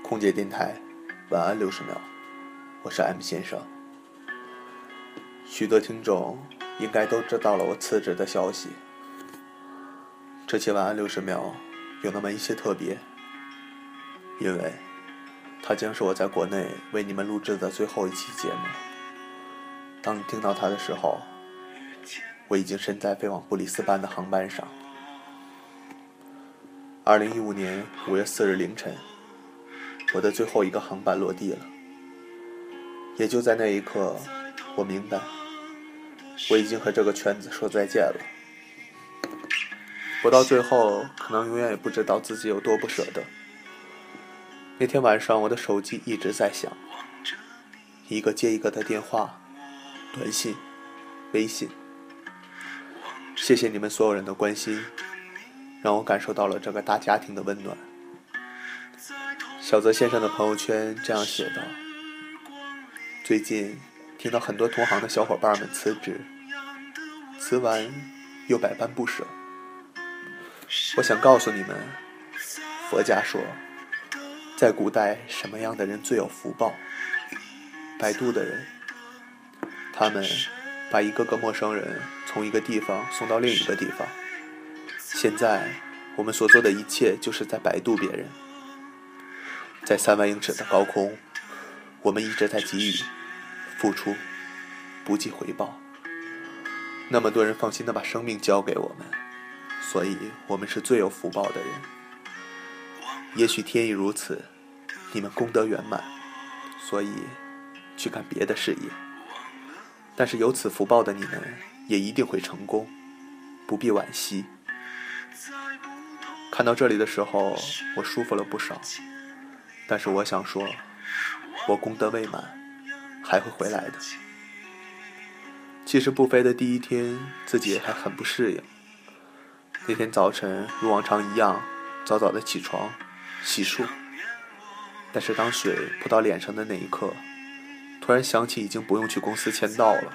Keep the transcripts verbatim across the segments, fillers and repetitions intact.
空姐电台，晚安六十秒，我是 M 先生。许多听众应该都知道了我辞职的消息。这期晚安六十秒有那么一些特别，因为它将是我在国内为你们录制的最后一期节目。当你听到它的时候，我已经身在飞往布里斯班的航班上。二零一五年五月四日凌晨，我的最后一个航班落地了。也就在那一刻，我明白，我已经和这个圈子说再见了。我到最后可能永远也不知道自己有多不舍得。那天晚上，我的手机一直在响，一个接一个的电话、短信、微信。谢谢你们所有人的关心，让我感受到了这个大家庭的温暖。小泽先生的朋友圈这样写道：最近听到很多同行的小伙伴们辞职，辞完又百般不舍。我想告诉你们，佛家说，在古代什么样的人最有福报？摆渡的人，他们把一个个陌生人从一个地方送到另一个地方。现在我们所做的一切就是在摆渡别人。在三万英尺的高空，我们一直在给予、付出，不计回报。那么多人放心地把生命交给我们，所以我们是最有福报的人。也许天意如此，你们功德圆满，所以去干别的事业。但是有此福报的你们也一定会成功，不必惋惜。看到这里的时候，我舒服了不少。但是我想说，我功德未满，还会回来的。其实不飞的第一天，自己还很不适应。那天早晨如往常一样，早早的起床洗漱。但是当水扑到脸上的那一刻，突然想起已经不用去公司签到了。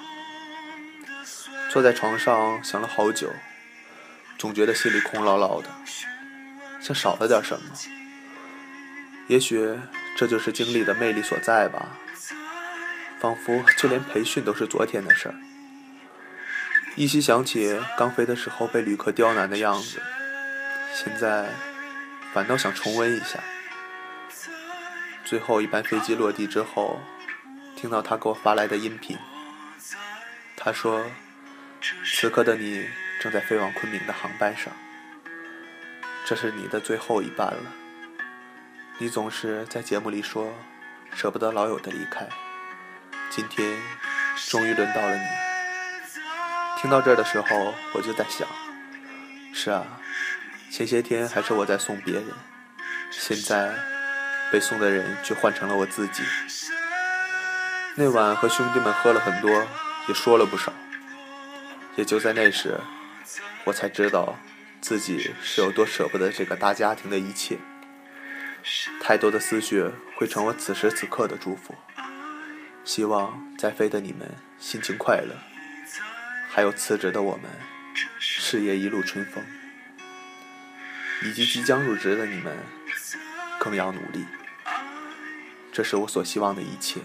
坐在床上想了好久，总觉得心里空落落的，像少了点什么。也许这就是经历的魅力所在吧，仿佛就连培训都是昨天的事儿。依稀想起刚飞的时候被旅客刁难的样子，现在反倒想重温一下。最后一班飞机落地之后，听到他给我发来的音频，他说，此刻的你正在飞往昆明的航班上，这是你的最后一班了。你总是在节目里说舍不得老友的离开，今天终于轮到了你。听到这儿的时候，我就在想，是啊，前些天还是我在送别人，现在被送的人却换成了我自己。那晚和兄弟们喝了很多，也说了不少。也就在那时，我才知道自己是有多舍不得这个大家庭的一切。太多的思绪会成我此时此刻的祝福。希望在飞的你们心情快乐，还有辞职的我们事业一路春风，以及即将入职的你们更要努力。这是我所希望的一切。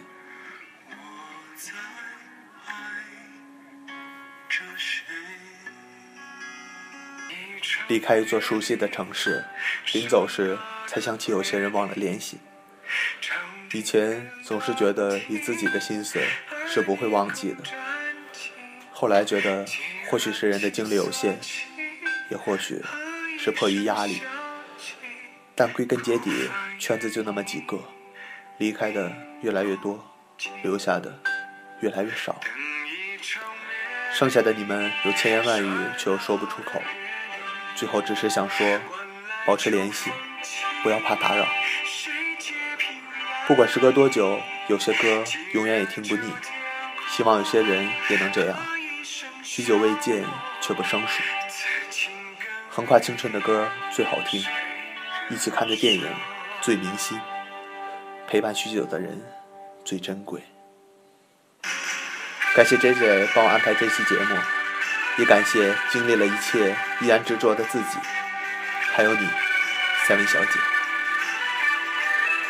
离开一座熟悉的城市，临走时才想起有些人忘了联系。以前总是觉得以自己的心思是不会忘记的，后来觉得或许是人的精力有限，也或许是迫于压力，但归根结底圈子就那么几个，离开的越来越多，留下的越来越少。剩下的你们有千言万语却又说不出口，最后只是想说，保持联系，不要怕打扰。不管时隔多久，有些歌永远也听不腻，希望有些人也能这样，许久未见却不生疏。横跨青春的歌最好听，一起看的电影最铭心，陪伴许久的人最珍贵。感谢 J J 帮我安排这期节目，也感谢经历了一切依然执着的自己，还有你，三位小姐。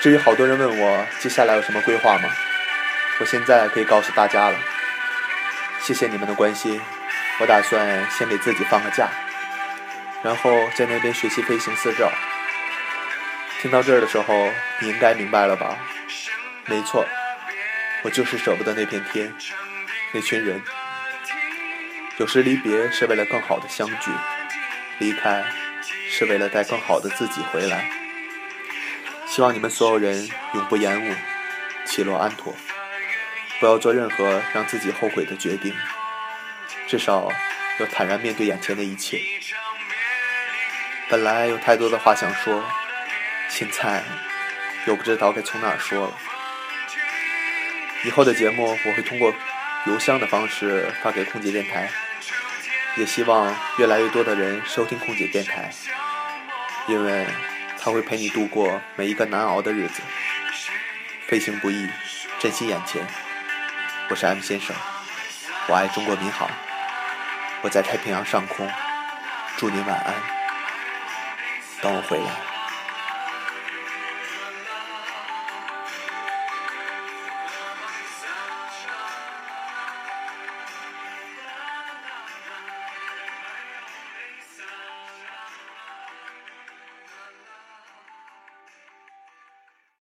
至于好多人问我接下来有什么规划吗？我现在可以告诉大家了，谢谢你们的关心。我打算先给自己放个假，然后在那边学习飞行四照。听到这儿的时候，你应该明白了吧？没错，我就是舍不得那片天，那群人。有时离别是为了更好的相聚，离开是为了带更好的自己回来。希望你们所有人永不延误，起落安妥，不要做任何让自己后悔的决定，至少要坦然面对眼前的一切。本来有太多的话想说，现在又不知道该从哪儿说了。以后的节目我会通过邮箱的方式发给空姐电台，也希望越来越多的人收听空姐电台，因为它会陪你度过每一个难熬的日子。飞行不易，珍惜眼前。我是 M 先生，我爱中国民航，我在太平洋上空，祝您晚安，等我回来。